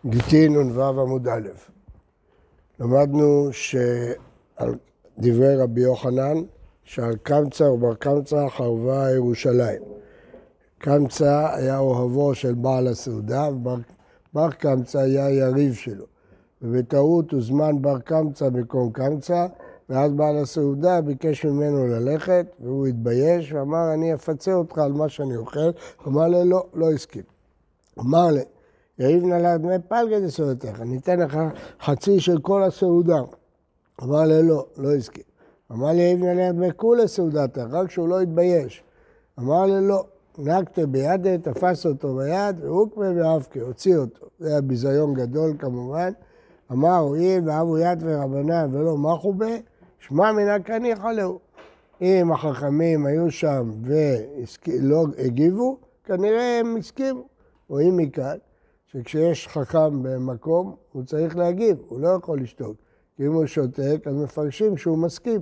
גיטין נ"ו עמוד א'. למדנו שעל דברי רבי יוחנן שעל קמצא ובר קמצא חרבה ירושלים. קמצא היה אוהבו של בעל הסעודה ובר קמצא היה יריב שלו. ובטעות הוזמן בר קמצא במקום קמצא, ואז בעל הסעודה ביקש ממנו ללכת והוא התבייש ואמר אני אפצה אותך על מה שאני אוכל. אמר לי לא הסכים. אמר לי יריב נא לך דמי פלגה דסעודתך, אני אתן לך חצי של כל הסעודה. אמר לי לא הסכים. אמר לי יריב נא לך דמי כולה סעודתך, רק שהוא לא התבייש. אמר לי לא, נקטה בידה, תפס אותו ביד, והוקמה ואבקה, הוציא אותו. זה היה ביזיון גדול כמובן. אמר הואיל ואבו יד ורבנן ולא מחו בה, שמע מן הקניחא להו. אם החכמים היו שם ולא הגיבו, כנראה הם הסכימו. רואים מכאן שכשיש חכם במקום, הוא צריך להגיב, הוא לא יכול לשתוק. כי אם הוא שותק, אז מפרשים שהוא מסכים.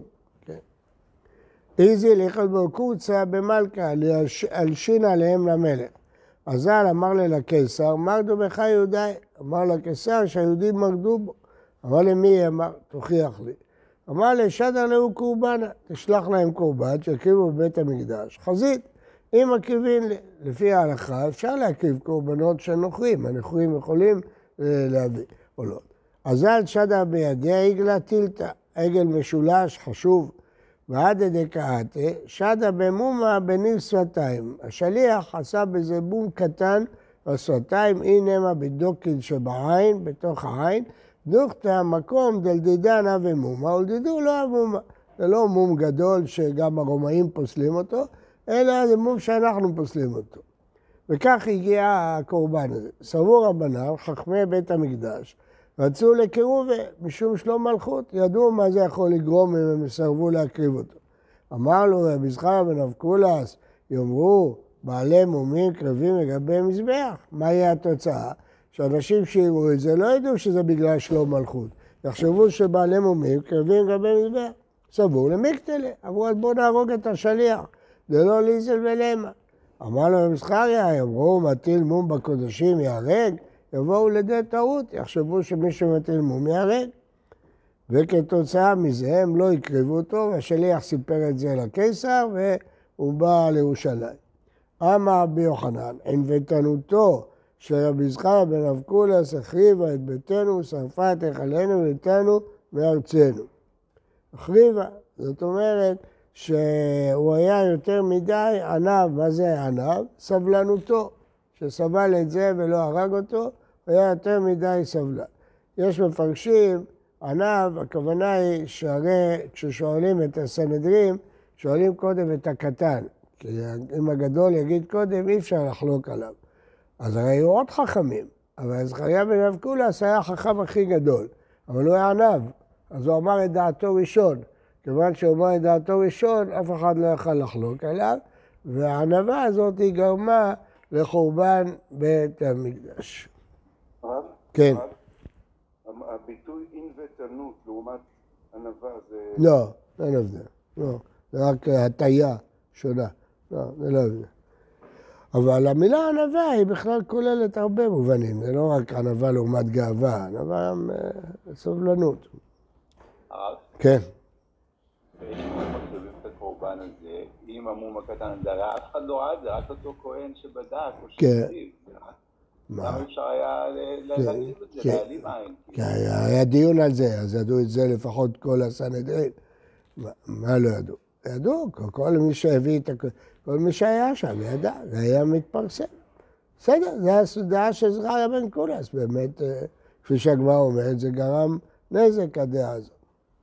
איזי ליכל בקורצה במלכה, להלשין עליהם למלך. אזל אמר לי לקיסר, מרדו בך יהודי. אמר לקיסר שהיהודים מרדו בו. אמר לי מי אמר? תוכיח לי. אמר לי שדר להו קורבנה, תשלח להם קורבן שהקריבו בבית המקדש. חזית, אם מקריבים לפי ההלכה, אפשר להקריב קורבנות של נוכרים. הנוכרים יכולים להביא עולות. אזל שדר בידי עגלה טילתא, עגל משולש, חשוב. ועד דקאתה, שדה במומה בניב שפתיים. השליח עשה בזה בום קטן בשפתיים, הנה בדוקין שבעין, בתוך העין, דוכתא מקום דלדידנה ומומה, ולדידו לא המומה. זה לא מום גדול שגם הרומאים פוסלים אותו, אלא זה מום שאנחנו פוסלים אותו. וכך הגיע הקורבן הזה. סבור רבנן, חכמי בית המקדש, רצו לקירובה משום שלום מלכות, ידעו מה זה יכול לגרום אם הם יסרבו להקריב אותו. אמר לו רבי זכריה בן אבקולס, יאמרו בעלי מומים קרבים לגבי מזבח. מה יהיה התוצאה? שאנשים שיראו את זה לא ידעו שזה בגלל שלום מלכות. יחשבו שבעלי מומים קרבים לגבי מזבח. סבור למקטלה, אמרו אז בואו נהרוג את השליח, זה לא ליזל ולמה. אמר לו רבי זכריה, יאמרו מטיל מום בקודשים יהרג, יבואו לידי טעות, יחשבו שמישהו מטיל מום יהרג. וכתוצאה מזה הם לא הקריבו אותו, והשליח סיפר את זה לקיסר והוא בא לירושלים. אמר רבי יוחנן, ענוותנותו של רבי זכריה בן אבקולס החריבה את ביתנו, שרפה את היכלנו וביתנו מארצנו. החריבה, זאת אומרת שהוא היה יותר מדי ענב. מה זה ענב? סבלנותו. שסבל את זה ולא הרג אותו, הוא היה יותר מדי סבלן. יש מפרשים, ענב, הכוונה היא שהרי כששואלים את הסנהדרין, שואלים קודם את הקטן. כי אם הגדול יגיד קודם, אי אפשר לחלוק עליו. אז הרי היו עוד חכמים, אבל זכריה בן אבקולס היה החכם הכי גדול, אבל הוא היה ענב, אז הוא אמר את דעתו ראשון. כיוון שהוא אמר את דעתו ראשון, אף אחד לא יכול לחלוק עליו, והענבה הזאת היא גרמה לחורבן בית המקדש. כן. הביטוי ענוותנות לעומת ענווה זה... לא, אין הבדל. לא, זה רק הטיה שונה. לא, זה לא הבדל. אבל המילה ענווה היא בכלל כוללת הרבה מובנים. זה לא רק ענווה לעומת גאווה, ענווה גם סובלנות. הרב? כן. ואם מקריבים את הקורבן הזה, אם המום הקטן הזה, הרי אף אחד לא ראה את זה, רק אותו כהן שבדק או שהקריב. למה אפשר היה להעלים את זה, להעלים עין? כן, היה דיון על זה, אז ידעו את זה לפחות כל הסנהדרין. מה לא ידעו? ידעו, כל מי שהביא את הכהן, כל מי שהיה שם ידע, זה היה מתפרסם. בסדר, זה הסודעה של זכריה בן אבקולס, באמת, כפי שהגמרא אומרת, זה גרם נזק הדעה הזאת.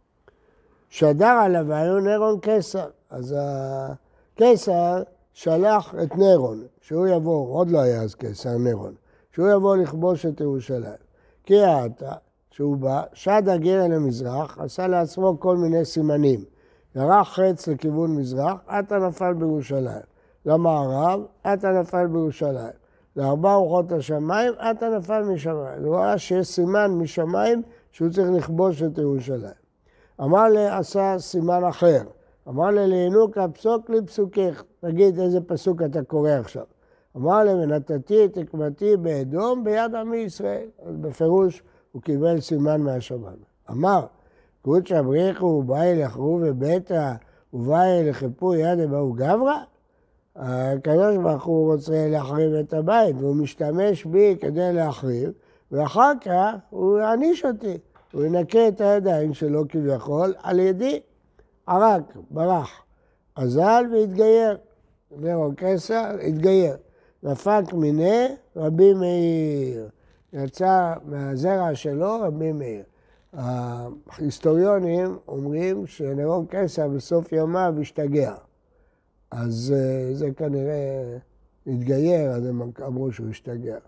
שדר עליו היו נירון קיסר, אז הקיסר שלח את נירון, שהוא יבוא, עוד לא היה אז קיסר נירון, שהוא יבוא לכבוש את ירושלים. כי העתה, שהוא בא, שד הגר למזרח, עשה לעצמו כל מיני סימנים. ירח חץ לכיוון מזרח, עתה נפל בירושלים. למערב, עתה נפל בירושלים. לארבע רוחות השמיים, עתה נפל משמיים. הוא ראה שיש סימן משמיים שהוא צריך לכבוש את ירושלים. אמר לי, עשה סימן אחר. אמר לי, לינוקה פסוק לי פסוקך. תגיד איזה פסוק אתה קורא עכשיו. אמר להם, ונתתי את תקמתי באדום ביד עמי ישראל. אז בפירוש הוא קיבל סימן מהשמיים. אמר, קודשא בריחו ובאי לחרו וביתא ובאי לחיפו יד אבהו גברא? הקדוש ברוך הוא רוצה להחריב את הבית, והוא משתמש בי כדי להחריב, ואחר כך הוא יעניש אותי. הוא ינקה את הידיים שלו כביכול על ידי. ערק, ברח, אזל והתגייר. נרו קיסר, התגייר. נפק מיני רבי מאיר. יצא מהזרע שלו רבי מאיר. ההיסטוריונים אומרים שנרו קיסר בסוף ימיו השתגע. אז זה כנראה התגייר, אז הם אמרו שהוא השתגע.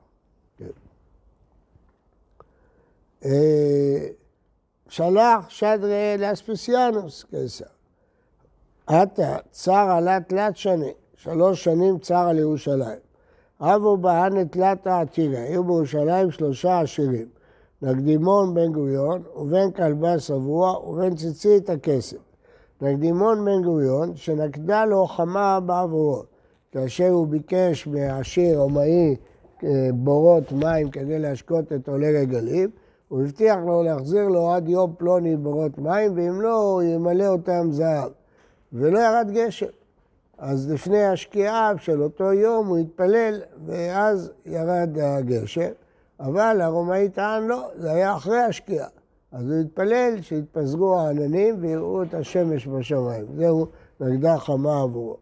שלח שדרי לאספסיאנוס קיסר. עתה צר עלה תלת שני, 3 שנים צר על ירושלים. אבו בהן תלת העתירה, היו בירושלים 3 עשירים. נקדימון בן גוריון ובן כלבה שבוע ובן ציצית הכסף. נקדימון בן גוריון שנקדה לו חמה בעבורו. כאשר הוא ביקש מהעשיר רומאי בורות מים כדי להשקות את עולי רגלים, הוא הבטיח לו להחזיר לו עד יום פלוני בורות מים, ואם לא, הוא ימלא אותם זהב. ולא ירד גשם. אז לפני השקיעה של אותו יום הוא התפלל, ואז ירד הגשם. אבל הרומאי טען לא, זה היה אחרי השקיעה. אז הוא התפלל שהתפזרו העננים ויראו את השמש בשמיים. זהו נקדה חמה עבורו.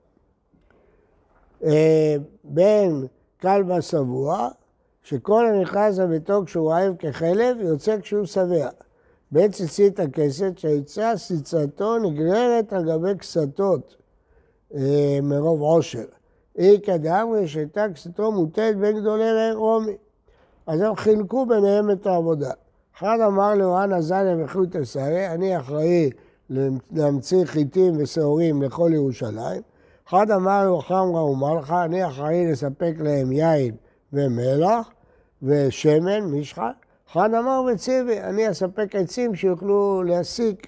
בן כלבה שבוע, שכל הנכנס לביתו כשהוא רעב כחלב, יוצא כשהוא שבע. בן ציצית הכסת, שהיצא ציצתו נגררת על גבי כסתות מרוב עושר. אי כדאמרי שהייתה כסתו מוטלת בין גדולי רומי. אז הם חילקו ביניהם את העבודה. אחד אמר לאורן עזניה וחוט אסרי, אני אחראי להמציא חיטים ושעורים לכל ירושלים. אחד אמר לו חמרה ומלכה, אני אחראי לספק להם יין ומלח ושמן, משחה. אחד אמר וציבי, אני אספק עצים שיוכלו להסיק.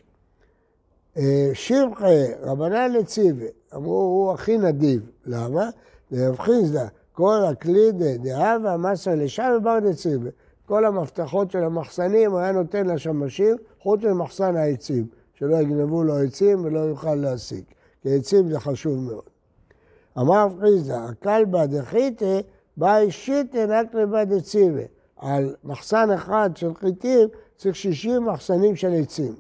שבחי, רבנן לציבי, אמרו, הוא הכי נדיב. למה? להבחיז כל הקלידה, דהבה, מסה לשם ובר דציבי. כל המפתחות של המחסנים היה נותן לשמשים, חוץ ממחסן העצים, שלא יגנבו לו עצים ולא יוכל להסיק. כי עצים זה חשוב מאוד. אמר פריזדה, הכלבה דחיתה, בא אישית רק לבד דציבי. על מחסן אחד של חיטים צריך 60 מחסנים של עצים.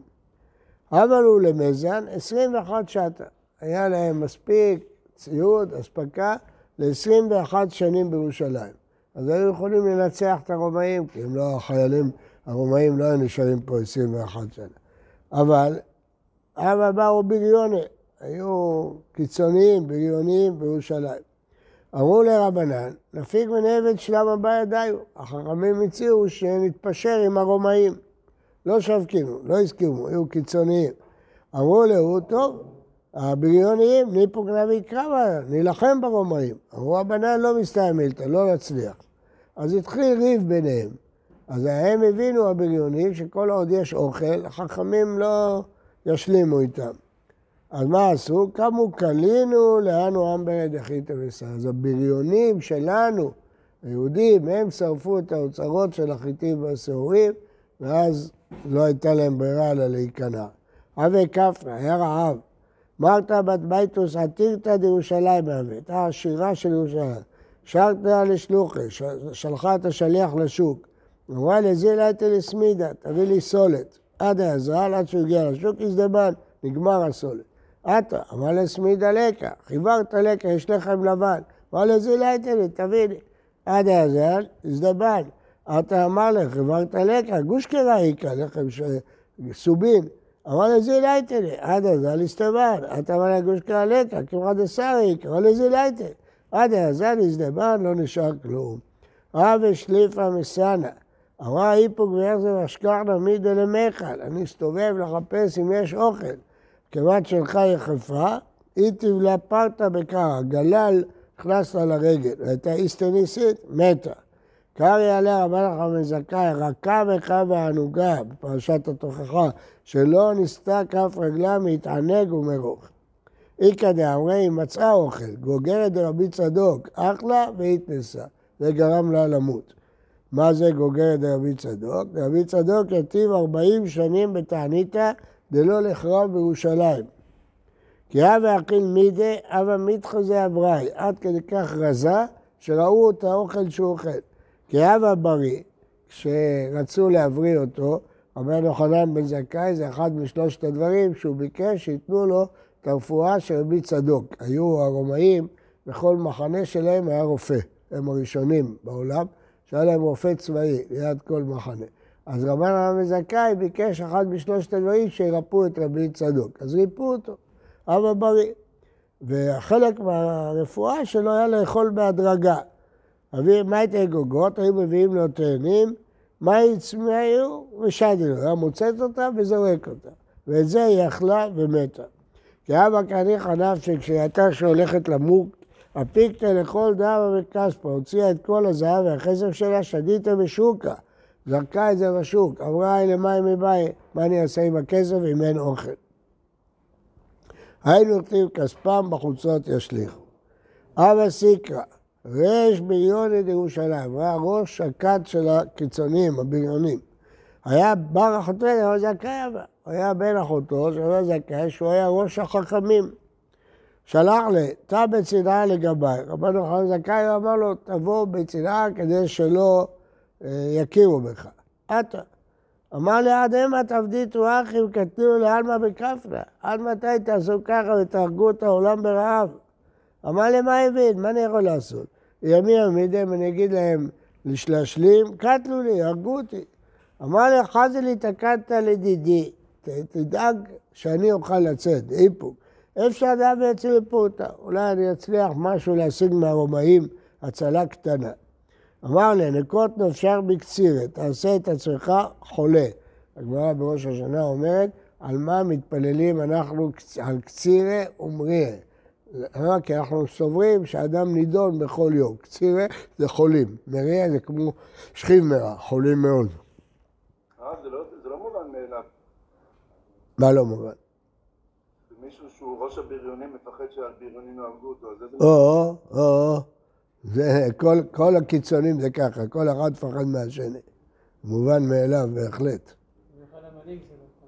אבל הוא למזן 21 שטה. היה להם מספיק ציוד, אספקה, ל-21 שנים בירושלים. אז היו יכולים לנצח את הרומאים, כי הם לא החיילים, הרומאים לא היו נשארים פה 21 שנה. אבל באו בריוני, היו קיצוניים, בריוניים בירושלים. אמרו לרבנן, נפיק מנעבד שלב הבא ידיו. החכמים הציעו שנתפשר עם הרומאים. לא שבקינו, לא הסכימו, היו קיצוניים. אמרו לו, טוב, הבריוניים ניפוק נביא קרבה, נילחם ברומאים. אמרו, רבנן לא מסתעמלת, לא נצליח. אז התחיל ריב ביניהם. אז הם הבינו הבריונים שכל עוד יש אוכל, החכמים לא ישלימו איתם. אז מה עשו? קמו קלינו לאנו אמברי דחיתא וסע. אז הבריונים שלנו, היהודים, הם שרפו את האוצרות של החיטים והשעורים, ואז לא הייתה להם ברירה אלא להיכנע. אבי כפרא, היה רעב. מרתא בת ביתוס עתירתא דירושלים מהווה, הייתה השירה של ירושלים. שרתא לשלוחי, שלחה את השליח לשוק. אמרה לזיל הייתה לסמידה, תביא לי סולת. עד היזרל, עד שהוא הגיע לשוק, הזדמן, נגמר הסולת. אתה, אמר לסמידה לקה, חיברת לקה, יש לחם לבן. אמר לזיל הייתה לי, תביא לי. עד היזרל, הזדמן. אתה אמר לך, חיברת לקה, גוש קראיקה, לחם סובין. אמר לזיל הייתה לי, עד היזרל הזדמן. אתה אמר לה גוש קראיקה, כמעט הסריקה, אמר לזיל הייתה לי. עד היזרל הזדמן, לא נשאר כלום. רב שליפה מסנה. אמרה איפוק ויחזר השקענה מידה למיכל. אני אסתובב לחפש אם יש אוכל. כיוון שלך יחפה, היא תבלה פרטה בקרה. גלל נכנס לה לרגל. הייתה איסטניסית, מתה. קרא עליה רבן נחמן זכאי, רכה בך וענוגה, בפרשת התוכחה, שלא נסתה כף רגלה מהתענג ומרוך. איקא דאמרי, אם מצאה אוכל, גוגרת דרבי צדוק, אכלה והתנסה. זה גרם לה למות. מה זה גוגרת דרבי צדוק? דרבי צדוק יתיב 40 שנים בתעניתא דלא לחרב בירושלים. כי הווה אכיל מידי, הווה מיתחו זה אבראי, עד כדי כך רזה, שראו את האוכל שהוא אוכל. כי הווה בריא, כשרצו להבריא אותו, רבן יוחנן בן זכאי, זה אחד משלושת הדברים שהוא ביקש שיתנו לו את הרפואה של רבי צדוק. היו הרומאים, בכל מחנה שלהם היה רופא. הם הראשונים בעולם, שהיה להם רופא צבאי ליד כל מחנה. אז רבן יוחנן בן זכאי ביקש אחד משלושת הדברים שירפאו את רבי צדוק. אז ריפאו אותו, אבא בריא. וחלק מהרפואה שלו היה לאכול בהדרגה. מה הייתה גוגות? היו מביאים לו תאנים, מה היו ושדי לו, היה מוצאת אותה וזורק אותה. ואת זה היא אכלה ומתה. כי אבא כניך ענף שכשהייתה שהולכת למות, הפיקתה לכל דאבה וכספה, הוציאה את כל הזהב והכסף שלה, שדיתה בשוקה, זרקה את זה בשוק, אמרה היא למים מבית, מה אני אעשה עם הכסף אם אין אוכל. היינו נותנים כספם בחוצות ישליחו. אבא סיקרא, רש בריוני לירושלים, היה ראש הכת של הקיצונים, הבריונים. היה בר אחותו, היה זכאי אבא. היה בן אחותו, שהיה זכאי, שהוא היה ראש החכמים. שלח לי, תא בצנעה לגביי. רבן יוחנן זכאי אמר לו, תבוא בצנעה כדי שלא יכירו בך. אתה. אמר לי, עד המה תעבדיתו אחים, קטנו לעלמא בכפנה. עד מתי תעשו ככה ותהרגו את העולם ברעב? אמר לי, מה הבין? מה אני יכול לעשות? ימים ימידם, אני אגיד להם לשלשלים, קטלו לי, הרגו אותי. אמר לי, חזי לי תקדת לדידי, תדאג שאני אוכל לצאת, איפוק. אפשר אדם ויצא לפוטה, אולי אני אצליח משהו להשיג מהרומאים, הצלה קטנה. אמר לי, נקות נפשר בקצירת, תעשה את עצמך חולה. הגמרא בראש השנה אומרת, על מה מתפללים אנחנו על קצירה ומריה. כי אנחנו סוברים שאדם נידון בכל יום. קצירה זה חולים, מריה זה כמו שכיב מרע, חולים מאוד. זה לא מובן מאליו. מה לא מובן? מישהו שהוא ראש הבריונים מפחד שהבריונים יהרגו אותו. זה כל הקיצונים זה ככה, כל אחד פחד מהשני. מובן מאליו בהחלט. זה אחד המנהיג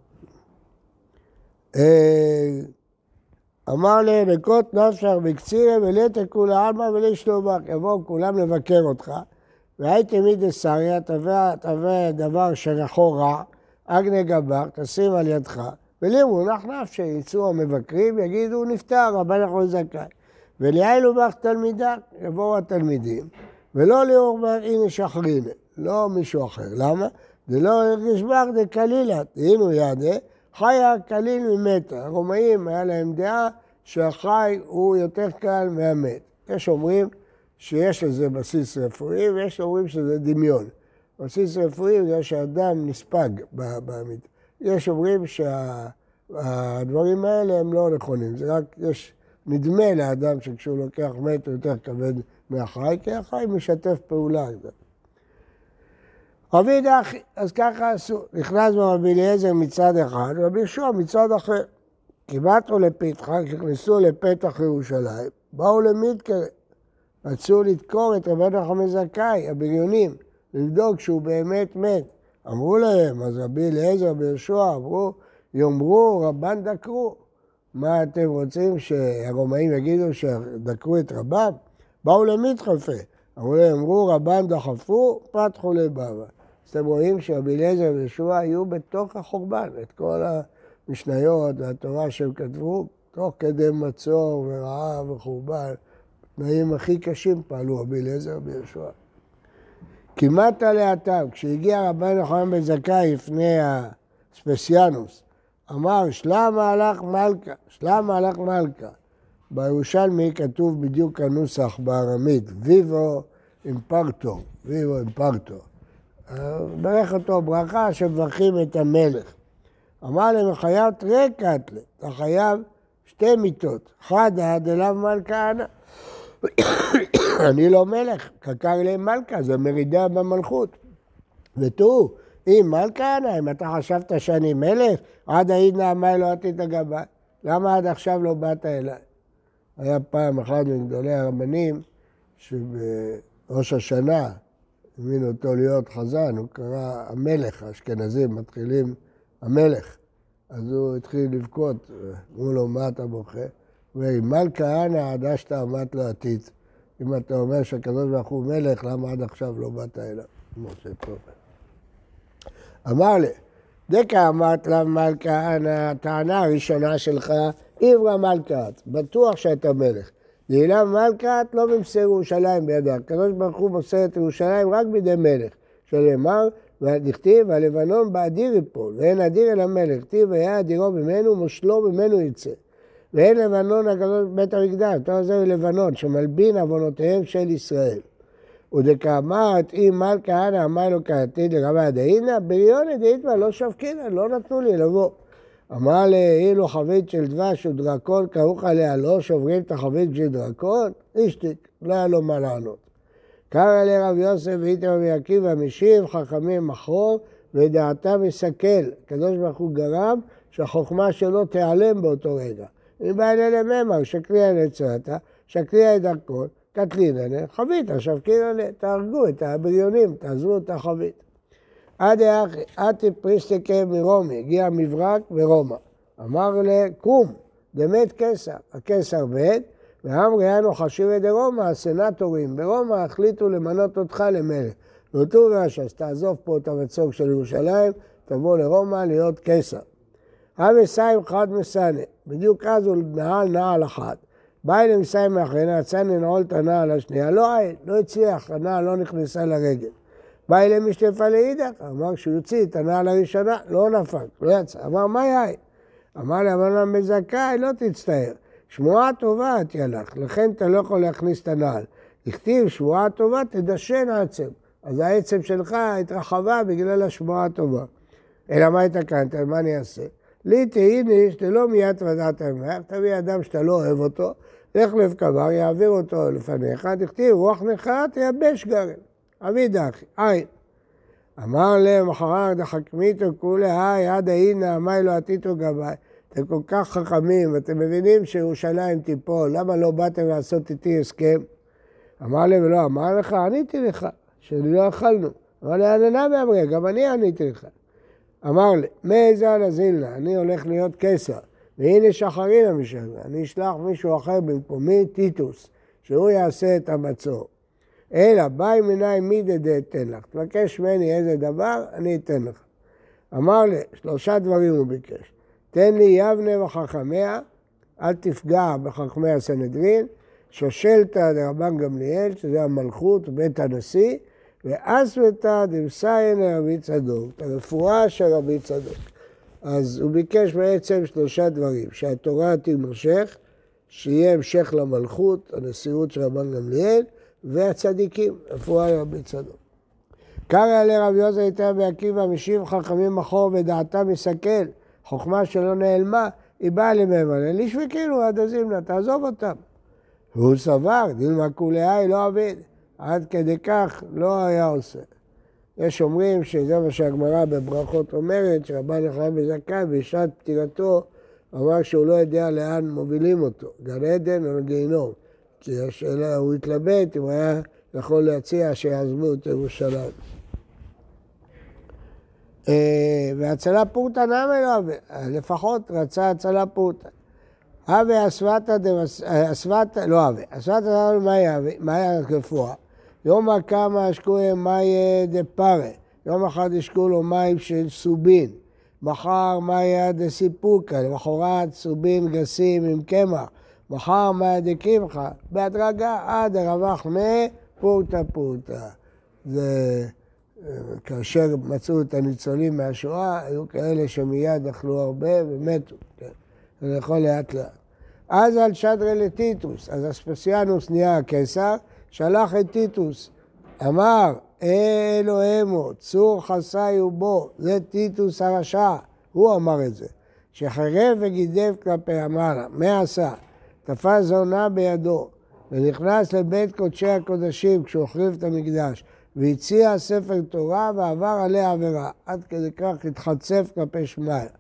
שלו. אמר לי, נקות נפשר בקצירה ולתקו לעלמא ולשלומך, יבואו כולם לבקר אותך. והייתי מידי סריה, תביא דבר שרחו רע, אגנה גבר, תשים על ידך, ולימו נח נפשי, יצאו המבקרים, יגידו, הוא נפטר, רבן יוחנן זכאי. וליילו בך תלמידה, יבואו התלמידים, ולא ליאור בך, הנה שחרינה, לא מישהו אחר. למה? זה לא הרגיש בך, זה קלילת, הנה ידה, חיה קליל ממתה. הרומאים היה להם דעה שהחי הוא יותר קל מהמת. יש אומרים שיש לזה בסיס רפואי ויש אומרים שזה דמיון. בסיס רפואי זה שהאדם נספג במיטה. יש אומרים שהדברים האלה הם לא נכונים. זה רק נדמה לאדם שכשהוא לוקח מת הוא יותר כבד מהחי, כי החי משתף פעולה. רבי דחי, אז ככה עשו, נכנס ברבי אליעזר מצד אחד, רבי יהושע מצד אחר. כיבתו לפתחה, כשנכנסו לפתח ירושלים, באו למיתקרא, רצו לדקור את רבן יוחנן זכאי, הבריונים, לבדוק שהוא באמת מת. אמרו להם, אז רבי אליעזר רבי יהושע אמרו, יאמרו רבן דקרו. מה אתם רוצים שהרומאים יגידו שדקרו את רבן? באו למיתחפה. אמרו להם, אמרו רבן דחפו, פתחו לבבא. אז אתם רואים שרבי אליעזר ויהושע היו בתוך החורבן, את כל המשניות והתורה שהם כתבו, תוך כדי מצור ורעב וחורבן, תנאים הכי קשים פעלו רבי אליעזר ויהושע. כמעט עלייתם, כשהגיע רבן יוחנן בן זכאי לפני הספסיאנוס, אמר, שלם מהלך מלכה. בירושלמי כתוב בדיוק הנוסח בארמית, ויבו אימפרטו. ברך אותו ברכה שמברכים את המלך. אמר להם, חייב רקת, אתה חייב 2 מיטות, חדה דלאו מלכה אנא. אני לא מלך, קקר להם מלכה, זה מרידה במלכות. ותראו, אם מלכה אנא, אם אתה חשבת שאני מלך, עד העיד נעמי לא עתית הגבה. למה עד עכשיו לא באת אליי? היה פעם אחד מגדולי הרבנים, שבראש השנה הזמינו אותו להיות חזן, הוא קרא המלך, האשכנזים מתחילים המלך. אז הוא התחיל לבכות, אמרו לו, מה אתה בוכה? ומל כהנא עדשת אמת לו עתיד. אם אתה אומר שהקדוש ברוך הוא מלך, למה עד עכשיו לא באת אליו? משה טוב. אמר לי, דקה אמרת לה מל כהנא, הטענה הראשונה שלך, עברה מלכת, בטוח שאתה מלך. דהילה מלכת לא ממסר ירושלים בידה. הקדוש ברוך הוא מוסר את ירושלים רק בידי מלך. שנאמר, דכתיב, הלבנון באדיר יפול, ואין אדיר אלא מלך. כתיב, והיה אדירו ממנו, מושלו ממנו יצא. ואין לבנון הקדוש בית המקדש, אותו זהו לבנון, שמלבין עוונותיהם של ישראל. ודכאמרת, אם מל כהנא אמר לו כעתיד לרבה דהינה, בריון דהיתמה לא שבקינה, לא נתנו לי לבוא. אמר לאילו חבית של דבש ודרקון, כרוך עליה, לא שוברים את החבית של דרקון? השתיק, לא היה לו מה לענות. קרא לרב יוסף ואיתמר רבי עקיבא משיב, חכמים מחור, ודעתם מסכל. הקדוש ברוך הוא גרם שהחוכמה שלו תיעלם באותו רגע. אם בא אלה ממר, שקריאה נצרתה, שקריאה את דרכון, קטלין עליה, חבית, שבקין עליה, תהרגו את הבריונים, תעזבו את החבית. עד האחי, עתי פריסטיקה מרומי, הגיע מברק ורומא. אמר לקום, דמת קיסר, הקיסר בית, ואמרי אנו חשיבי דרומא, הסנטורים ברומא החליטו למנות אותך למלך. ואותו רשע, אז תעזוב פה את המצוג של ירושלים, תבוא לרומא להיות קיסר. אבי סיים חד מסנה, בדיוק אז הוא נעל אחת. בא אלי מסיים מאחרונה, רצה לנעול את הנעל השנייה, לא הצליח, הנעל לא נכנסה לרגל. בא אלי משתפה לאידך, אמר שהוא יוציא את הנעל הראשונה, לא נפק, לא יצא. אמר, מה יאי? אמר לי, אבל אני מזכאי, לא תצטער. שמועה טובה תהיה לך, לכן אתה לא יכול להכניס את הנעל. הכתיב שמועה טובה, תדשן עצם. אז העצם שלך התרחבה בגלל השמועה הטובה. אלא מה התקנת? מה אני אעשה? לי תהיני שתלא מיד ודעת ממך, תביא אדם שאתה לא אוהב אותו, לך לב קבר, יעביר אותו לפניך, תכתיב רוח נכה, תייבש גרם. אבי דחי, אין. אמר להם, אחריו דחכמיתו כולי, עד ההינה, אמי לא עתיתו גבי. אתם כל כך חכמים, ואתם מבינים שירושלים תיפול, למה לא באתם לעשות איתי הסכם? אמר להם, לא, אמר לך, עניתי לך, שלא יכלנו. אמר לי, עננה ואמרי, גם אני עניתי לך. אמר לי, מאיזה הנזילנה, אני הולך להיות קיסר, והנה שחרינה משנה, אני אשלח מישהו אחר במקומי, טיטוס, שהוא יעשה את המצור. אלא, ביי מיני מידי אתן לך, תבקש ממני איזה דבר, אני אתן לך. אמר לי, 3 דברים הוא ביקש. תן לי יבנה וחכמיה, אל תפגע בחכמי הסנהדרין, שושלתא דרבן גמליאל, שזה המלכות, בית הנשיא, ואסמתא דמסיין לרבי צדוק, הרפואה של רבי צדוק. אז הוא ביקש בעצם 3 דברים, שהתורה תימשך, שיהיה המשך למלכות, הנשיאות של רבן גמליאל, והצדיקים, רפואה לרבי צדוק. קרא לרב יוסף איתמר רבי עקיבא משיב חכמים מחור ודעתם מסכל, חוכמה שלא נעלמה, היא באה לממלא, לשוויקינו עד הזימנה, תעזוב אותם. והוא סבר, דילמה כולי לא עבד, עד כדי כך לא היה עושה. יש אומרים שזה מה שהגמרא בברכות אומרת, שרבן יוחנן בן זכאי בשעת פטירתו, אמר שהוא לא יודע לאן מובילים אותו, גן עדן או גיהינום. כי השאלה, הוא התלבט אם הוא היה יכול להציע שיעזבו את ירושלים. והצלה פורתא נמי לא אבה, לפחות רצה הצלה פורתא. אבה אסוותא לא אבה, אסוותא מה היה רפואה? יום כמה השקועה מאי דפרה, יום אחד השקו לו מים של סובין, מחר מאי דסיפוקה, למחרת סובין גסים עם קמח, מחר מאי דקמחה, בהדרגה עד הרווח מפורתא פורתא. זה כאשר מצאו את הניצולים מהשואה, היו כאלה שמיד אכלו הרבה ומתו. זה יכול לאט לאט. אז על שדרי לטיטוס, אז אספסיאנוס נהיה הקיסר, שלח את טיטוס, אמר, אלוהימו, צור חסי ובו, זה טיטוס הרשע, הוא אמר את זה, שחרב וגידף כלפי המעלה, מה עשה? תפס זונה בידו, ונכנס לבית קודשי הקודשים כשהוא החריב את המקדש, והציע ספר תורה ועבר עליה עבירה, עד כדי כך התחצף כלפי שמעיה.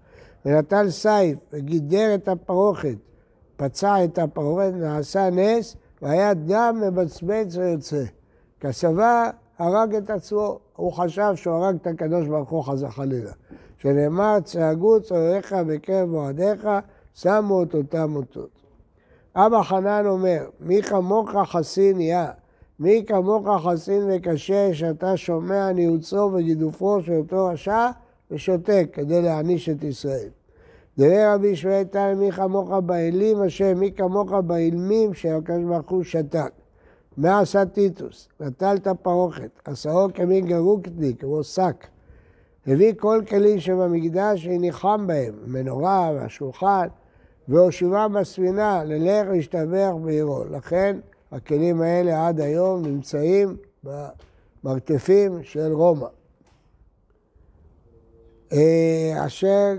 ונטל סייף וגידר את הפרוכת, פצע את הפרוכת, נעשה נס, והיה דם מבצבץ ויוצא. כסבה הרג את עצמו, הוא חשב שהוא הרג את הקדוש ברוך הוא חס וחלילה. שנאמר, צעקו צורריך בקרב מועדיך, שמו אותם אותות. אבא חנן אומר, מי כמוך חסין יא, מי כמוך חסין וקשה שאתה שומע ניעוצו וגידופו של אותו רשע ושותק כדי להעניש את ישראל. דברי רבי ישמעאל תנא, מי כמוך באלים אשר מי כמוך באילמים שהקדוש ברוך הוא שתק. מה עשה טיטוס? נטל את הפרוכת, עשאו כמין גרוקטני, כמו שק. הביא כל כלים שבמקדש וניחם בהם, המנורה והשולחן, והושיבם בספינה ללך להשתבח בעירו. לכן הכלים האלה עד היום נמצאים במרתפים של רומא. אשר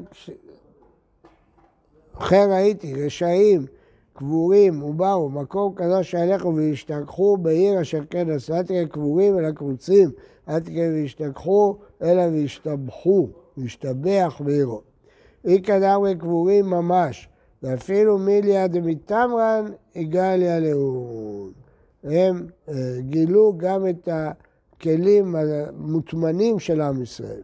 אחר ראיתי, רשעים, קבורים ובאו, מקום קדוש שהלכו והשתכחו בעיר אשר כן עשו, אל תראה קבורים אלא קבוצים, אל תראה והשתכחו אלא והשתבחו, להשתבח בעירו. איקא דמרי קבורים ממש, ואפילו מיליה דמיתמרן יגליה לאון. הם גילו גם את הכלים המוטמנים של עם ישראל.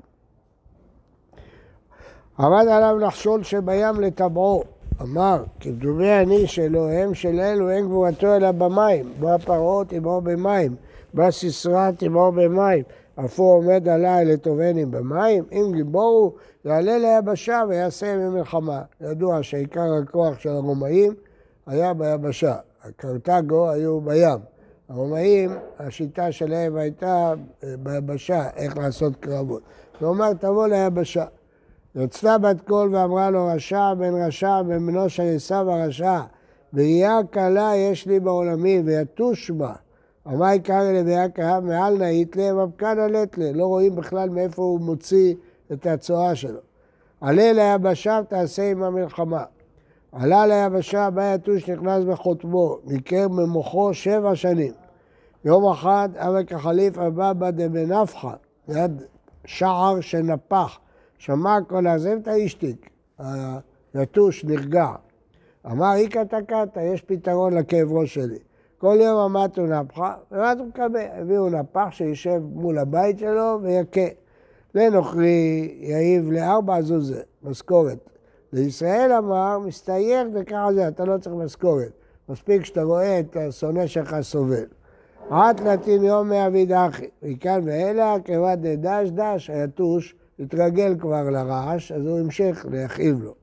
עמד עליו נחשול שבים לטבעו, אמר, כדומי אני שאלוהיהם של אלו אין גבורתו אלא במים, בא פרעות עמו במים, בא סיסרא עמו במים, אפוא עומד עלי לטובני במים, אם גיבורו יעלה ליבשה ויעשה ממלחמה. ידוע שעיקר הכוח של הרומאים היה ביבשה, הקרתגו היו בים. הרומאים, השיטה שלהם הייתה ביבשה, איך לעשות קרבות. הוא אומר, תבוא ליבשה. יוצאה בת קול ואמרה לו, רשע בן רשע בן בנו של עשיו הרשע, בראייה קלה יש לי בעולמי ויתוש בה. אמר יקרא לביאה קלה מעל נאית לה ובכאן עלת לה. לא רואים בכלל מאיפה הוא מוציא את הצועה שלו. עלה ליבשה ותעשה עם המלחמה. עלה ליבשה, בא יתוש נכנס בחוטבו, ניקר ממוחו 7 שנים. יום אחד אבא כחליף הבא בה דבנפחה, יד שער שנפח. שמע כל הזה את האישתיק, היתוש נרגע. אמר, איקא תקעתא, יש פתרון לכאב ראש שלי. כל יום עמדו נפחה, ומה הוא מקבל? הביאו נפח שישב מול הבית שלו ויקה. לנוכרי יעיב ל4 זוזה, משכורת. לישראל אמר, מסתייך וככה זה, אתה לא צריך משכורת. מספיק שאתה רואה את השונא שלך סובל. עד נתין יום מעביד אחי, מכאן ואלה, כבד דש דש, היתוש, התרגל כבר לרעש, אז הוא המשיך להכאיב לו.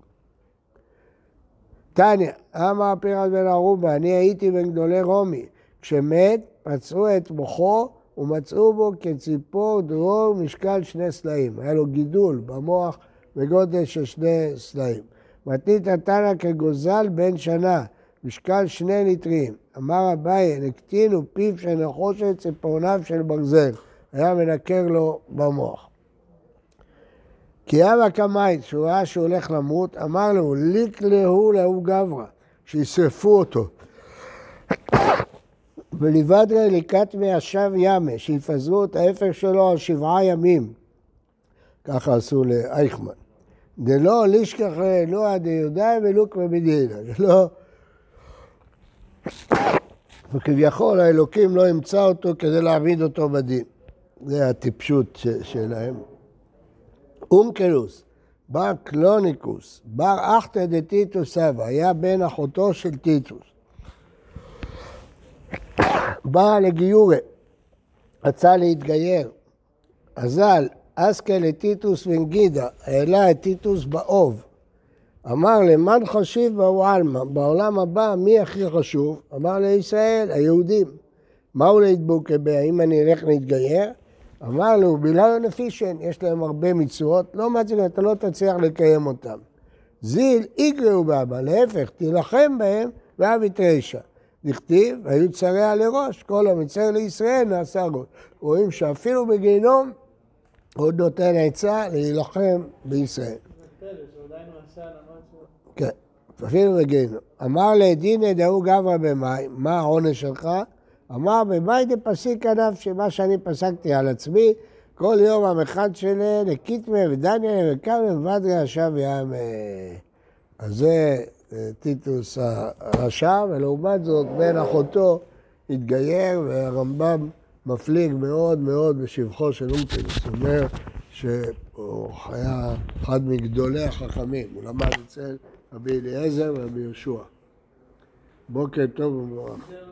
תניא, אמר פירס בן ערובה, אני הייתי בין גדולי רומי. כשמת, פצעו את מוחו ומצאו בו כציפור דרור משקל 2 סלעים. היה לו גידול במוח בגודל של 2 סלעים. מתנית תנא כגוזל בן שנה, משקל 2 ליטרים. אמר אביי, נקטינו פיו של נחושת ציפורניו של ברזל. היה מנקר לו במוח. כי אבא קמאית, שהוא ראה שהוא הולך למות, אמר לו, ליק להו להו גברא, שישרפו אותו. ולבדרי ליקט מישב ימה, שיפזרו את ההפך שלו על 7 ימים. ככה עשו לאייכמן. דלא לישכח אלוה דיודאי ולוק במדינה. שלא... וכביכול האלוקים לא ימצא אותו כדי להעמיד אותו בדין. זה הטיפשות שלהם. אונקלוס, בר קלוניקוס, בר אחתא דטיטוס סבא, היה בן אחותו של טיטוס. בא לגיורי, רצה להתגייר. אזל, אסקה לטיטוס ונגידה, העלה את טיטוס באוב. אמר למן חשיב באו עלמא, בעולם הבא מי הכי חשוב? אמר לישראל, היהודים. מהו להתבוקה בה, אם אני אלך להתגייר? אמר לו, בילאו נפישן, יש להם הרבה מצוות, לא מצליח, אתה לא תצליח לקיים אותם. זיל, יגרעו באבא, להפך, תילחם בהם, ואבי תרשע. נכתיב, היו צריה לראש, כל המצר לישראל נעשה ראש. רואים שאפילו בגיהנום, עוד נותן עצה להילחם בישראל. כן, אפילו בגיהנום. אמר לדינא דהו גברא במים, מה העונש שלך? אמר, בבית פסיק ענף שמה שאני פסקתי על עצמי, כל יום המחד שלה לקיטמה ודניאל וקרם ודרי השב ים. אז זה טיטוס הרשע, ולעומת זאת בן אחותו התגייר, והרמב"ם מפליג מאוד מאוד בשבחו של אונקלוס. הוא אומר שהוא היה אחד מגדולי החכמים, הוא למד אצל רבי אליעזר ורבי יהושע. בוקר טוב ומבורך.